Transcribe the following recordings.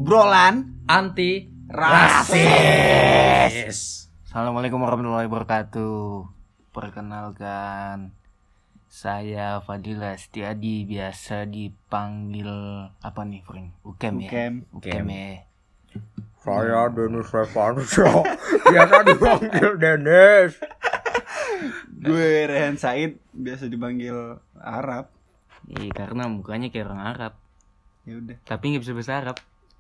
obrolan anti rasis. Assalamualaikum warahmatullahi wabarakatuh. Perkenalkan, saya Fadila Setiadi, biasa dipanggil apa nih, Frank? Ukem ya? Ukem ya. Saya Dennis Revansyah, biasa dipanggil Dennis. Gue Rehan Said, biasa dipanggil Arab. Iya, karena mukanya kayak orang Arab. Ya udah. Tapi nggak bisa bahasa Arab.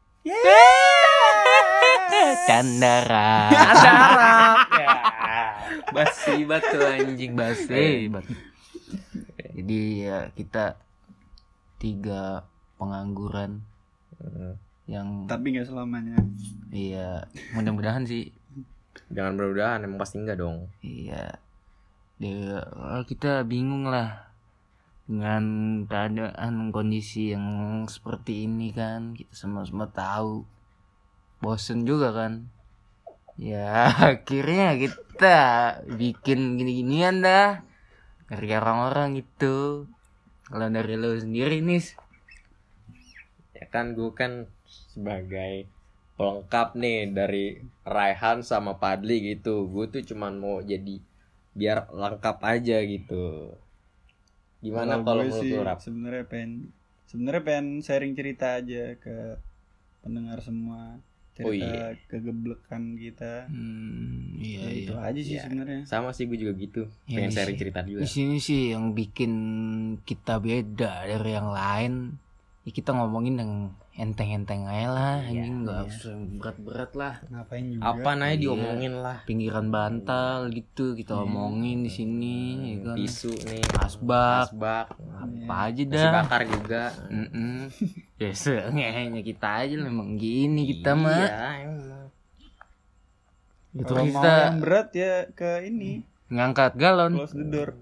Candara. Ya. Basi batu anjing basi. Jadi ya kita 3 pengangguran yang Tapi nggak selamanya. iya mudah-mudahan sih. Jangan mudah-mudahan, emang pasti enggak dong. Iya. Ya, kita bingung lah dengan keadaan kondisi yang seperti ini kan. Kita semua tahu. Bosen juga kan. Ya akhirnya kita bikin gini-ginian dah. Dari orang-orang itu. Kalau dari lo sendiri nih, Ya kan gue kan sebagai pelengkap nih dari Raihan sama Padli gitu. Gue tuh cuman mau jadi biar lengkap aja gitu. Gimana kalau gue menurut sih lu, Rap? sebenarnya pengen sharing cerita aja ke pendengar semua. Cerita kegeblekan kita. iya Ya, itu iya. aja sih Ya, sebenarnya. sama sih gue juga gitu. Ya, Pengen di sharing sini- cerita juga. Di sini sih yang bikin kita beda dari yang lain. Ya kita ngomongin yang enteng-enteng aja lah, anjing nggak usah berat-berat lah. Ngapain juga? Apa nanya Iya. diomongin lah. Pinggiran bantal gitu kita omongin di sini, ya kan. Tisu nih. Asbak, Asbak. apa aja Nasi dah. bakar juga. Ya seenggaknya kita aja lah, emang gini kita mah. Iya, emang. Itu Kalau mau kita yang berat ya ke ini. ngangkat galon. Close the door.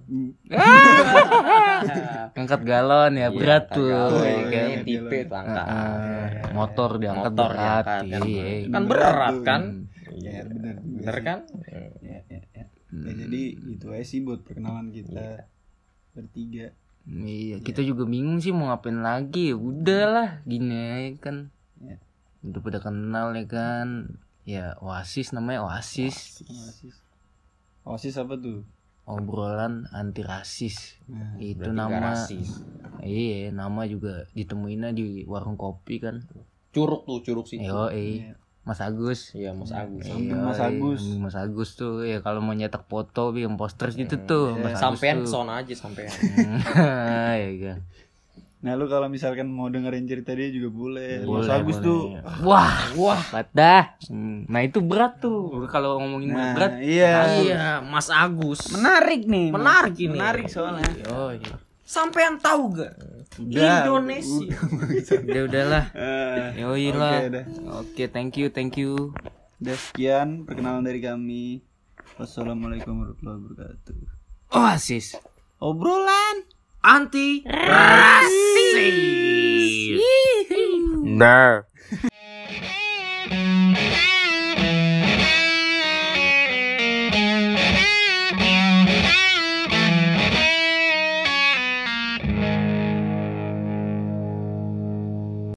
Ngangkat galon ya berat tuh. Oh, ya kan. ini tipe tuh angka. Motor diangkat Motor berat. diangkat, Iya. Kan berat tuh. kan? Ya, bener. Bener kan? Ya. Ya, jadi itu aja sih buat perkenalan kita bertiga. Iya, kita juga bingung sih mau ngapain lagi. Ya udahlah, gini aja kan. Ya. Udah pada kenal ya kan. Ya, Oasis namanya Oasis. Oasis apa tuh? Obrolan anti rasis. Nah, Itu Berarti nggak nama. rasis. Iya, nama juga ditemuinnya di warung kopi kan. Curug situ. Yo, Iya. Mas Agus. Iya, Mas Agus. Samping Iya, Mas Agus. samping Mas Agus tuh ya, kalau mau nyetak foto bikin poster gitu tuh Mas Agus Sampean tuh. sono aja sampean. Iya kan. Nah, lu kalau misalkan mau dengerin cerita dia juga boleh. Mas Boleh, Agus boleh. tuh. Wah, dah. Nah, itu berat tuh. Kalau ngomongin Nah, berat. iya. Mas Agus. Menarik nih. Menarik ini. Menarik soalnya. Oh, iya. Sampean tahu gak? Udah. Indonesia. Udahlah. Yoi Oke, lah. udah. Oke, thank you. Udah sekian perkenalan dari kami. Wassalamualaikum warahmatullahi wabarakatuh. Oasis. Obrolan Anti Rasis. Nah.